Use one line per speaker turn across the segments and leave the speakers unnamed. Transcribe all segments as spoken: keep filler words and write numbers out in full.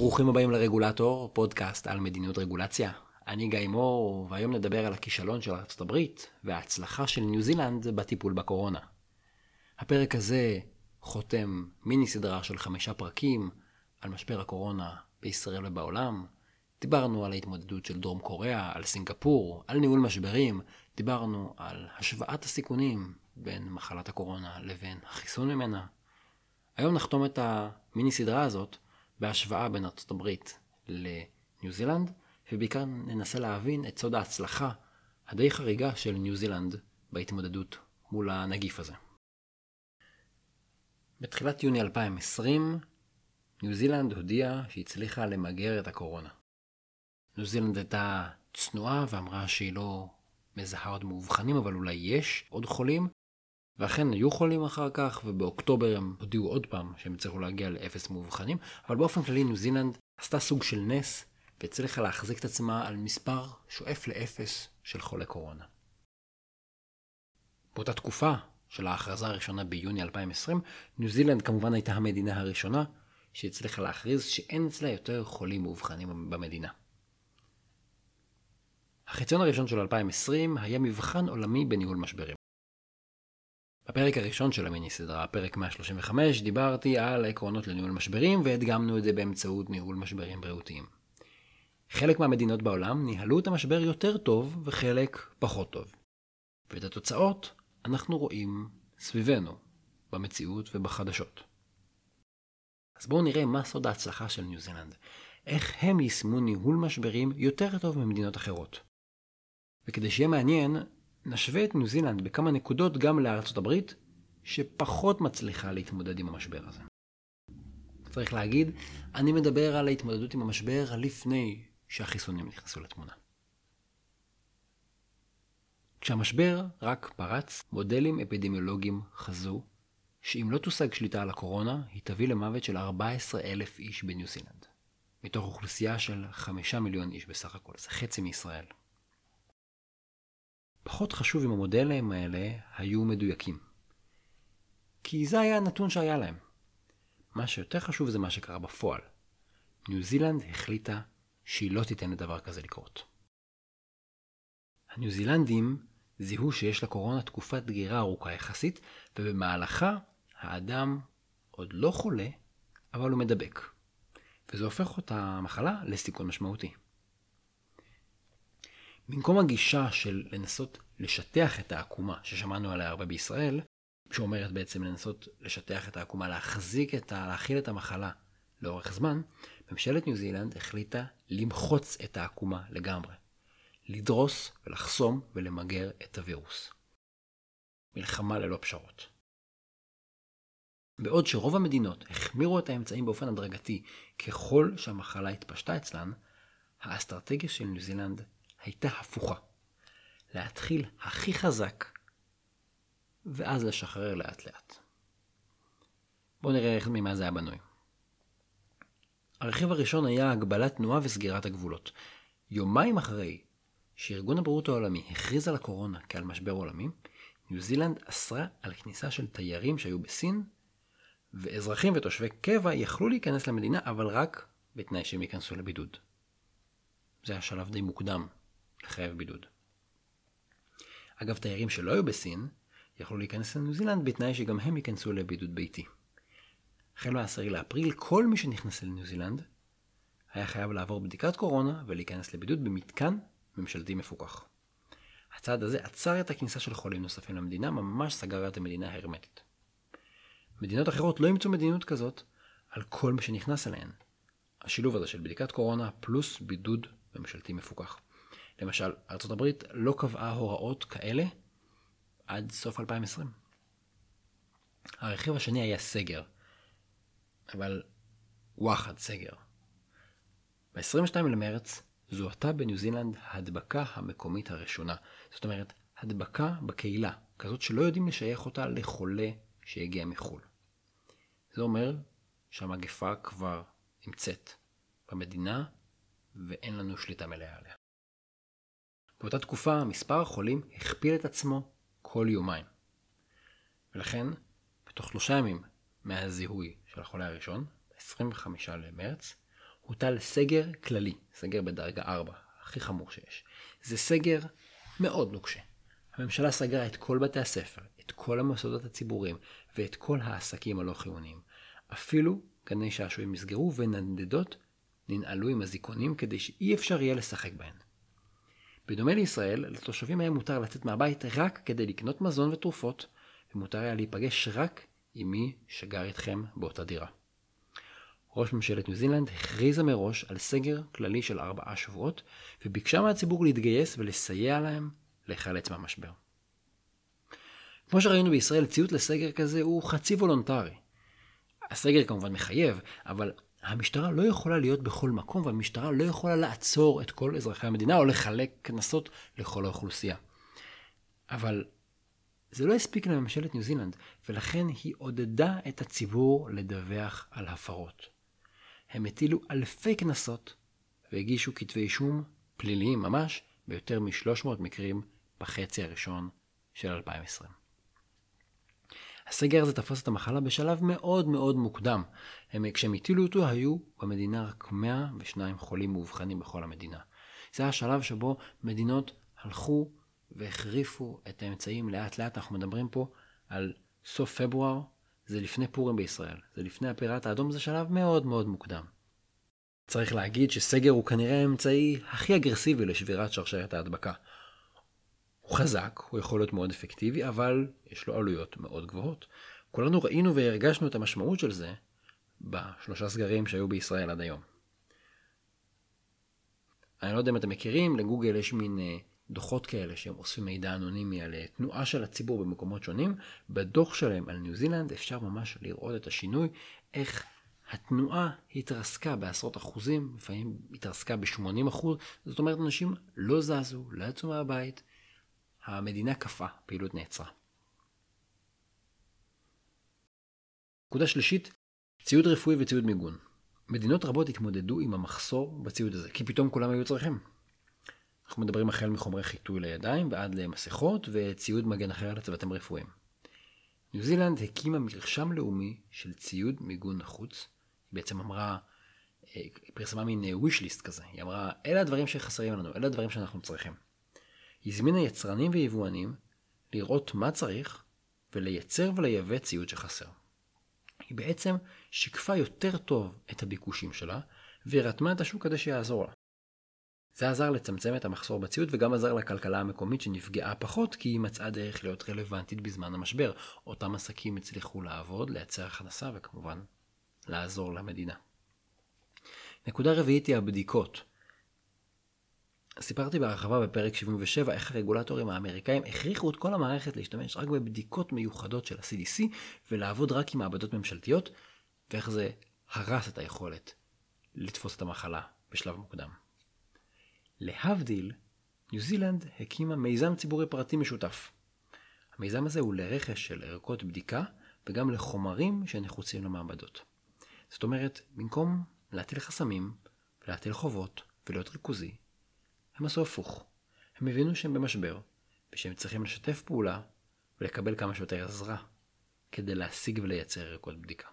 ברוכים הבאים לרגולטור, פודקאסט על מדיניות רגולציה. אני גיא מור, והיום נדבר על הכישלון של ארצות הברית וההצלחה של ניו זילנד בטיפול בקורונה. הפרק הזה חותם מיני סדרה של חמישה פרקים על משבר הקורונה בישראל ובעולם. דיברנו על ההתמודדות של דרום קוריאה, על סינגפור, על ניהול משברים. דיברנו על השוואת הסיכונים בין מחלת הקורונה לבין החיסון ממנה. היום נחתום את המיני סדרה הזאת בהשוואה בין ארצות הברית לניו זילנד, ובעיקר ננסה להבין את סוד ההצלחה הדי חריגה של ניו זילנד בהתמודדות מול הנגיף הזה. בתחילת יוני אלפיים ועשרים, ניו זילנד הודיעה שהיא הצליחה למגר את הקורונה. ניו זילנד הייתה צנועה ואמרה שהיא לא מזהה עוד מאובחנים, אבל אולי יש עוד חולים, ואכן היו חולים אחר כך, ובאוקטובר הם הודיעו עוד פעם שהם הצליחו להגיע לאפס מאובחנים, אבל באופן כללי ניו זילנד עשתה סוג של נס, והצליחה להחזיק את עצמה על מספר שואף לאפס של חולי קורונה. באותה תקופה של ההכרזה הראשונה ביוני אלפיים ועשרים, ניו זילנד כמובן הייתה המדינה הראשונה שהצליחה להכריז שאין אצלה יותר חולים מאובחנים במדינה. החציון הראשון של אלפיים ועשרים היה מבחן עולמי בניהול משברים. בפרק הראשון של המיני סדרה, פרק מאה שלושים וחמש, דיברתי על העקרונות לניהול משברים והדגמנו את זה באמצעות ניהול משברים בריאותיים. חלק מהמדינות בעולם ניהלו את המשבר יותר טוב וחלק פחות טוב. ואת התוצאות אנחנו רואים סביבנו, במציאות ובחדשות. אז בואו נראה מה סוד ההצלחה של ניו זילנד. איך הם יישמו ניהול משברים יותר טוב ממדינות אחרות. וכדי שיהיה מעניין, נשווה את ניו זילנד בכמה נקודות גם לארצות הברית, שפחות מצליחה להתמודד עם המשבר הזה. צריך להגיד, אני מדבר על ההתמודדות עם המשבר לפני שהחיסונים נכנסו לתמונה. כשהמשבר רק פרץ, מודלים אפידמיולוגיים חזו שאם לא תושג שליטה על הקורונה, היא תביא למוות של ארבעה עשר אלף איש בניו זילנד, מתוך אוכלוסייה של חמישה מיליון איש בסך הכל, זה חצי מישראל. פחות חשוב אם המודלים האלה היו מדויקים, כי זה היה הנתון שהיה להם. מה שיותר חשוב זה מה שקרה בפועל. ניו זילנד החליטה שהיא לא תיתן לדבר כזה לקרות. הניו זילנדים זיהו שיש לקורונה תקופת דגירה ארוכה יחסית, ובמהלכה האדם עוד לא חולה, אבל הוא מדבק. וזה הופך את המחלה לסיכון משמעותי. במקום הגישה של לנסות לשטח את העקומה, ששמענו עליה הרבה בישראל, שאומרת בעצם לנסות לשטח את העקומה, להחזיק את ה... להכיל את המחלה לאורך זמן, ממשלת ניו זילנד החליטה למחוץ את העקומה לגמרי. לדרוס ולחסום ולמגר את הווירוס. מלחמה ללא פשרות. בעוד שרוב המדינות החמירו את האמצעים באופן הדרגתי ככל שהמחלה התפשטה אצלן, האסטרטגיה של ניו זילנד הייתה הפוכה. להתחיל הכי חזק ואז לשחרר לאט לאט. בואו נראה איך ממה זה היה בנוי. הרכיב הראשון היה הגבלת תנועה וסגירת הגבולות. יומיים אחרי שארגון הבריאות העולמי הכריז על הקורונה כעל משבר עולמי, ניו זילנד אסרה על כניסה של תיירים שהיו בסין, ואזרחים ותושבי קבע יכלו להיכנס למדינה, אבל רק בתנאי שהם ייכנסו לבידוד. זה היה שלב די מוקדם לחייב בידוד. אגב, תיירים שלא היו בסין יכלו להיכנס לניו זילנד בתנאי שגם הם ייכנסו לבידוד ביתי. החל מה-עשרה לאפריל, כל מי שנכנס לניו זילנד היה חייב לעבור בדיקת קורונה ולהיכנס לבידוד במתקן ממשלתי מפוקח. הצעד הזה עצר את הכניסה של חולים נוספים למדינה, ממש סגר את המדינה הרמטית. מדינות אחרות לא ימצאו מדיניות כזאת על כל מי שנכנס אליהן. השילוב הזה של בדיקת קורונה פלוס בידוד ממשלתי מפוקח. למשל, ארצות הברית לא קבעה הוראות כאלה עד סוף אלפיים ועשרים. הרכיב השני היה סגר, אבל וואחד סגר. ב-עשרים ושניים למרץ זוהתה בניו זילנד ההדבקה המקומית הראשונה. זאת אומרת, הדבקה בקהילה, כזאת שלא יודעים לשייך אותה לחולה שהגיע מחול. זה אומר שהמגפה כבר נמצאת במדינה ואין לנו שליטה מלאה עליה. באותה תקופה מספר החולים הכפיל את עצמו כל יומיים. ולכן, בתוך שלושה ימים מהזיהוי של החולה הראשון, ב-עשרים וחמישה למרץ, הוטל סגר כללי, סגר בדרגה ארבע, הכי חמור שיש. זה סגר מאוד נוקשה. הממשלה סגרה את כל בתי הספר, את כל המוסדות הציבוריים ואת כל העסקים הלא חיוניים. אפילו גני שעשועים נסגרו ונדדות ננעלו עם הזיכונים כדי שאי אפשר יהיה לשחק בהן. בדומה לישראל, לתושבים היה מותר לצאת מהבית רק כדי לקנות מזון ותרופות, ומותר היה להיפגש רק עם מי שגר איתכם באותה דירה. ראש ממשלת ניו זילנד הכריזה מראש על סגר כללי של ארבעה שבועות, וביקשה מהציבור להתגייס ולסייע להם להיחלץ מהמשבר. כמו שראינו בישראל, ציות לסגר כזה הוא חצי וולונטרי. הסגר כמובן מחייב, אבל המשטרה לא יכולה להיות בכל מקום, והמשטרה לא יכולה לעצור את כל אזרחי המדינה או לחלק קנסות לכל האוכלוסייה. אבל זה לא הספיק לממשלת ניו זילנד, ולכן היא עודדה את הציבור לדווח על הפרות. הם הטילו אלפי קנסות והגישו כתבי אישום פליליים ממש ביותר מ-שלוש מאות מקרים בחצי הראשון של אלפיים ועשרים. הסגר הזה תפס את המחלה בשלב מאוד מאוד מוקדם. הם, כשהם הטילו אותו היו במדינה רק מאה ושניים חולים מאובחנים בכל המדינה. זה היה השלב שבו מדינות הלכו והחריפו את האמצעים לאט לאט. אנחנו מדברים פה על סוף פברואר, זה לפני פורים בישראל, זה לפני הפיראט האדום, זה שלב מאוד מאוד מוקדם. צריך להגיד שסגר הוא כנראה האמצעי הכי אגרסיבי לשבירת שרשרת ההדבקה. הוא חזק, הוא יכול להיות מאוד אפקטיבי, אבל יש לו עלויות מאוד גבוהות. כולנו ראינו והרגשנו את המשמעות של זה בשלושה סגרים שהיו בישראל עד היום. אני לא יודע אם אתם מכירים, לגוגל יש מין דוחות כאלה שהם אוספים מידע אנונימי על תנועה של הציבור במקומות שונים. בדוח שלהם על ניו זילנד אפשר ממש לראות את השינוי, איך התנועה התרסקה בעשרות אחוזים, לפעמים התרסקה ב-שמונים אחוז, זאת אומרת אנשים לא זזו, לא יצאו מהבית, המדינה קפאה, פעילות נעצרה. נקודה שלישית, ציוד רפואי וציוד מיגון. מדינות רבות התמודדו עם המחסור בציוד הזה, כי פתאום כולם היו צריכים. אנחנו מדברים החל מחומרי חיטוי לידיים ועד למסכות וציוד מגן אחר לצוותים רפואיים. ניו זילנד הקימה מרשם לאומי של ציוד מיגון נחוץ. היא בעצם אמרה, היא פרסמה מין wish list כזה. היא אמרה, אלה הדברים שחסרים לנו, אלה הדברים שאנחנו צריכים. היא הזמינה יצרנים ויבואנים לראות מה צריך ולייצר ולייבא ציוד שחסר. היא בעצם שיקפה יותר טוב את הביקושים שלה ורתמה את השוק כדי שיעזור לה. זה עזר לצמצם את המחסור בציוד וגם עזר לכלכלה המקומית שנפגעה פחות, כי היא מצאה דרך להיות רלוונטית בזמן המשבר. אותם עסקים הצליחו לעבוד, לייצר הכנסה וכמובן לעזור למדינה. נקודה רביעית היא הבדיקות. סיפרתי בהרחבה בפרק שבעים ושבע איך הרגולטורים האמריקאים הכריחו את כל המערכת להשתמש רק בבדיקות מיוחדות של ה-סי די סי ולעבוד רק עם מעבדות ממשלתיות, ואיך זה הרס את היכולת לתפוס את המחלה בשלב מוקדם. להבדיל, ניו זילנד הקימה מיזם ציבורי פרטי משותף. המיזם הזה הוא לרכש של ערכות בדיקה וגם לחומרים שנחוצים למעבדות. זאת אומרת, במקום להטיל חסמים ולהטיל חובות ולהיות ריכוזי, הם עשו הפוך. הם הבינו שהם במשבר ושהם צריכים לשתף פעולה ולקבל כמה שיותר עזרה כדי להשיג ולייצר ערכות בדיקה.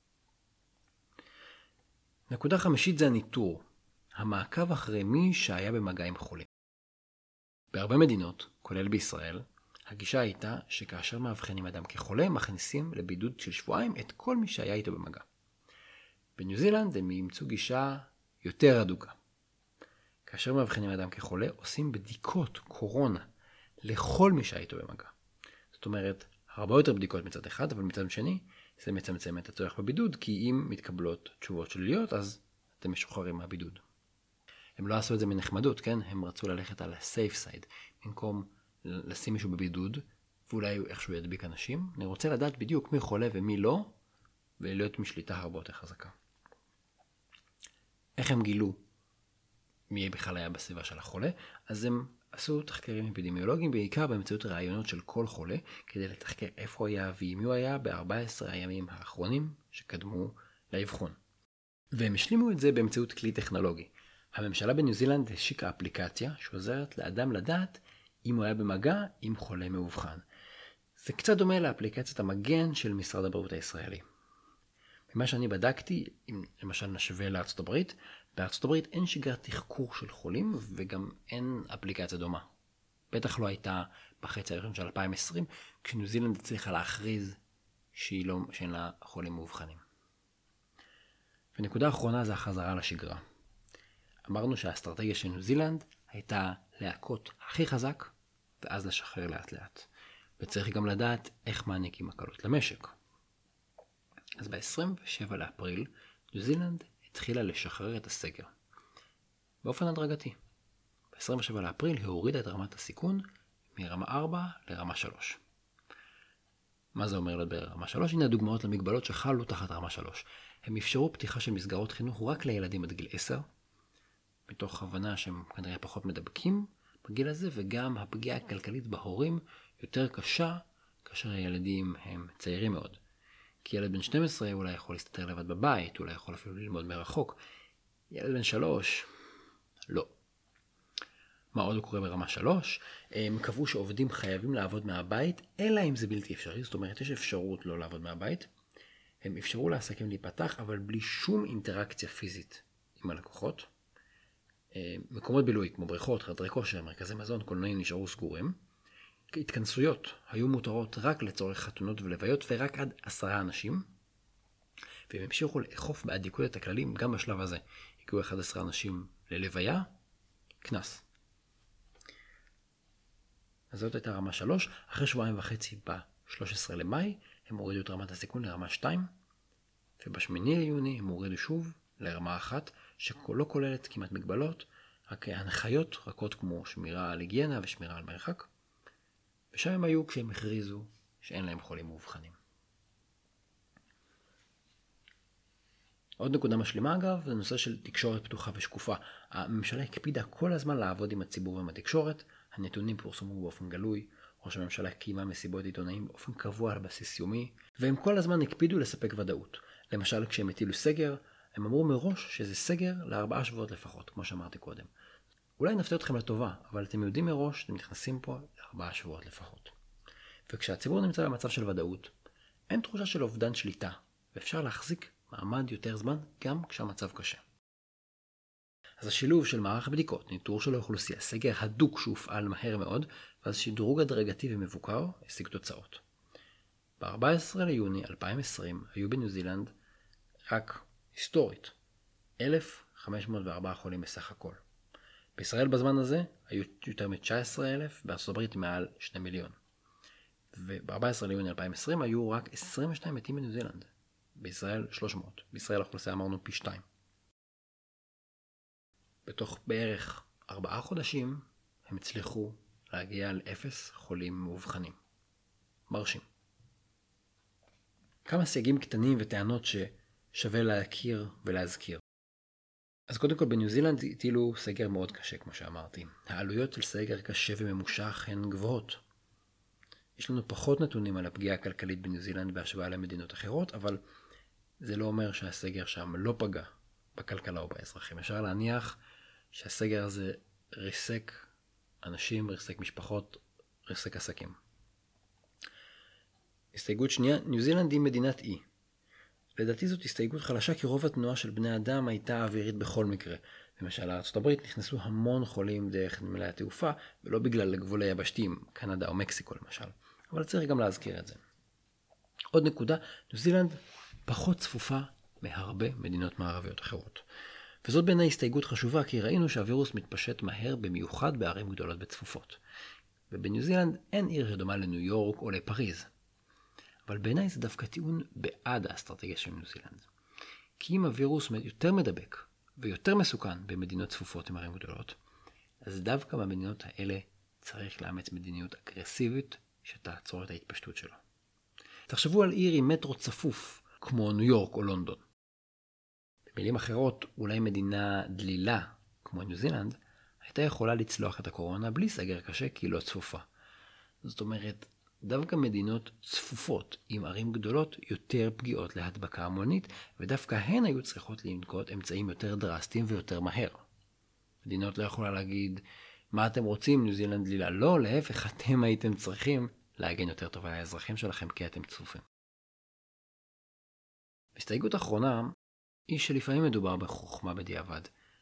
נקודה חמישית זה הניטור. המעקב אחרי מי שהיה במגע עם חולים. בהרבה מדינות, כולל בישראל, הגישה הייתה שכאשר מאבחנים אדם כחולה, מכניסים לבידוד של שבועיים את כל מי שהיה איתו במגע. בניו זילנד הם ימצאו גישה יותר אדוקה. כאשר מאבחנים אדם כחולה, עושים בדיקות קורונה לכל מי שהיה איתו במגע. זאת אומרת, הרבה יותר בדיקות מצד אחד, אבל מצד שני, זה מצמצם את הצורך בבידוד, כי אם מתקבלות תשובות שליליות, אז אתם משוחררים מהבידוד. הם לא עשו את זה מנחמדות, כן? הם רצו ללכת על ה-safe side. במקום לשים מישהו בבידוד, ואולי איכשהו ידביק אנשים, אני רוצה לדעת בדיוק מי חולה ומי לא, ולהיות משליטה הרבה יותר חזקה. איך הם גילו מי בכלל היה בסביבה של החולה? אז הם עשו תחקרים אפידמיולוגיים, בעיקר באמצעות ראיונות של כל חולה, כדי לתחקר איפה הוא היה ועם מי הוא היה ב-ארבעה עשר הימים האחרונים שקדמו לאבחון. והם השלימו את זה באמצעות כלי טכנולוגי. הממשלה בניו זילנד השיקה אפליקציה שעוזרת לאדם לדעת אם הוא היה במגע עם חולה מאובחן. זה קצת דומה לאפליקציית המגן של משרד הבריאות הישראלי. ממה שאני בדקתי, אם למשל נשווה לארצות הברית, בארצות הברית אין שגרת תחקור של חולים וגם אין אפליקציה דומה. בטח לא הייתה בחצי הראשון של אלפיים ועשרים, כשניו זילנד הצליחה להכריז שהיא לא, שאין לה חולים מאובחנים. ונקודה אחרונה זה החזרה לשגרה. אמרנו שהאסטרטגיה של ניו זילנד הייתה להכות הכי חזק ואז לשחרר לאט לאט. וצריך גם לדעת איך מעניקים הקלות למשק. אז ב-עשרים ושבעה לאפריל ניו זילנד התחילה לשחרר את הסגר. באופן הדרגתי. ב-עשרים ושבעה לאפריל היא הורידה את רמת הסיכון מרמה ארבע לרמה שלוש. מה זה אומר להיות ברמה שלוש? הנה הדוגמאות למגבלות שחלו תחת רמה שלוש. הם אפשרו פתיחה של מסגרות חינוך רק לילדים עד גיל עשר, מתוך הבנה שהם כנראה פחות מדבקים בגיל הזה, וגם הפגיעה הכלכלית בהורים יותר קשה כאשר הילדים הם צעירים מאוד. כי ילד בן שתים עשרה אולי יכול להסתתר לבד בבית, אולי יכול אפילו ללמוד מרחוק. ילד בן שלוש, לא. מה עוד קורה ברמה שלוש? הם קבעו שעובדים חייבים לעבוד מהבית, אלא אם זה בלתי אפשרי, זאת אומרת יש אפשרות לא לעבוד מהבית. הם אפשרו לעסקים להיפתח, אבל בלי שום אינטראקציה פיזית עם הלקוחות. מקומות בילוי כמו בריכות, חדרי כושר, מרכזי מזון, קולנועים נשארו סגורים. התכנסויות היו מותרות רק לצורך חתונות ולוויות ורק עד עשרה אנשים. והם המשיכו לאכוף באדיקות את הכללים גם בשלב הזה. הגיעו אחד עשר אנשים ללוויה, כנס. אז זאת הייתה רמה שלוש. אחרי שבועיים וחצי ב-שלושה עשר למאי הם הורידו את רמת הסיכון לרמה שתיים. ובשמיני ליוני הם הורידו שוב לרמה אחת, שלא כוללת כמעט מגבלות, רק הנחיות רכות כמו שמירה על היגיינה ושמירה על מרחק. ושם הם היו כשהם הכריזו שאין להם חולים מאובחנים. עוד נקודה משלימה אגב, זה נושא של תקשורת פתוחה ושקופה. הממשלה הקפידה כל הזמן לעבוד עם הציבור ועם התקשורת, הנתונים פורסמו באופן גלוי, ראש הממשלה קיימה מסיבות עיתונאים באופן קבוע על בסיס יומי, והם כל הזמן הקפידו לספק ודאות. למשל כשהם הטילו סגר, הם אמרו מראש שזה סגר לארבעה שבועות לפחות, כמו שאמרתי קודם. אולי נפתיע אתכם לטובה, אבל אתם יודעים מראש שאתם נכנסים פה לארבעה שבועות לפחות. וכשהציבור נמצא במצב של ודאות, אין תחושה של אובדן שליטה, ואפשר להחזיק מעמד יותר זמן גם כשהמצב קשה. אז השילוב של מערך בדיקות, ניטור של האוכלוסייה, סגר הדוק שהופעל מהר מאוד, ואז שדרוג הדרגתי ומבוקר, השיג תוצאות. ב-ארבעה עשר ליוני אלפיים ועשרים היו בניו זילנד רק היסטורית אלף וחמש מאות וארבעה חולים בסך הכל. בישראל בזמן הזה היו יותר מ-תשעה עשר אלף, בארצות הברית מעל שני מיליון. וב-ארבעה עשר ליוני אלפיים ועשרים היו רק עשרים ושניים מתים בניו זילנד. בישראל שלוש מאות. בישראל האוכלוסייה אמרנו פי שתיים. בתוך בערך ארבעה חודשים הם הצליחו להגיע על אפס חולים מאובחנים. מרשים. כמה סייגים קטנים וטענות ששווה להכיר ולהזכיר. אז קודם כל בניו זילנד הטילו סגר מאוד קשה כמו שאמרתי. העלויות של סגר קשה וממושך הן גבוהות. יש לנו פחות נתונים על הפגיעה הכלכלית בניו זילנד בהשוואה למדינות אחרות, אבל זה לא אומר שהסגר שם לא פגע בכלכלה או באזרחים. אפשר להניח שהסגר הזה ריסק אנשים, ריסק משפחות, ריסק עסקים. הסתייגות שנייה, ניו זילנד היא מדינת אי. לדעתי זאת הסתייגות חלשה כי רוב התנועה של בני אדם הייתה אווירית בכל מקרה. למשל, לארצות הברית נכנסו המון חולים דרך נמלי התעופה, ולא בגלל הגבול היבשתיים, קנדה או מקסיקו למשל. אבל צריך גם להזכיר את זה. עוד נקודה, ניו זילנד פחות צפופה מהרבה מדינות מערביות אחרות. וזאת בעיניי הסתייגות חשובה כי ראינו שהווירוס מתפשט מהר במיוחד בערים גדולות וצפופות. ובניו זילנד אין עיר שדומה לניו יורק או לפריז. אבל בעיניי זה דווקא טיעון בעד האסטרטגיה של ניו זילנד. כי אם הווירוס יותר מדבק ויותר מסוכן במדינות צפופות עם ערים גדולות, אז דווקא במדינות האלה צריך לאמץ מדיניות אגרסיבית שתעצור את ההתפשטות שלו. תחשבו על עיר עם מטרו צפוף כמו ניו יורק או לונדון. במילים אחרות, אולי מדינה דלילה כמו ניו זילנד הייתה יכולה לצלוח את הקורונה בלי סגר קשה כי היא לא צפופה. זאת אומרת, דווקא מדינות צפופות עם ערים גדולות יותר פגיעות להדבקה המונית, ודווקא הן היו צריכות לנקוט אמצעים יותר דרסטיים ויותר מהר. מדינות לא יכולה להגיד, מה אתם רוצים, ניו זילנד דלילה? לא, להפך, אתם הייתם צריכים להגן יותר טוב על האזרחים שלכם כי אתם צפופים. הסתייגות אחרונה היא שלפעמים מדובר בחוכמה בדיעבד.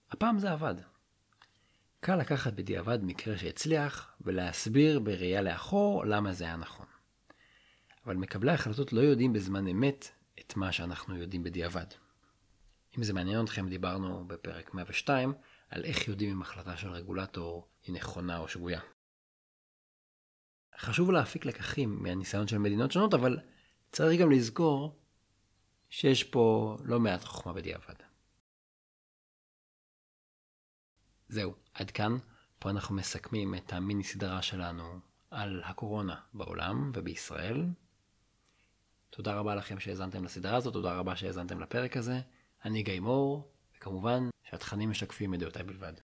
הפעם זה עבד. קל לקחת בדיעבד מקרה שהצליח ולהסביר בראייה לאחור למה זה היה נכון. אבל מקבלי ההחלטות לא יודעים בזמן אמת את מה שאנחנו יודעים בדיעבד. אם זה מעניין אתכם, דיברנו בפרק מאה ושתיים על איך יודעים אם החלטה של רגולטור היא נכונה או שגויה. חשוב להפיק לקחים מהניסיון של מדינות שונות, אבל צריך גם לזכור שיש פה לא מעט חוכמה בדיעבד. זהו, עד כאן. פה אנחנו מסכמים את המיני סדרה שלנו על הקורונה בעולם ובישראל. תודה רבה לכם שהאזנתם לסדרה הזאת, תודה רבה שהאזנתם לפרק הזה. אני גיא מור, וכמובן שהתכנים משקפים את דעותיי בלבד.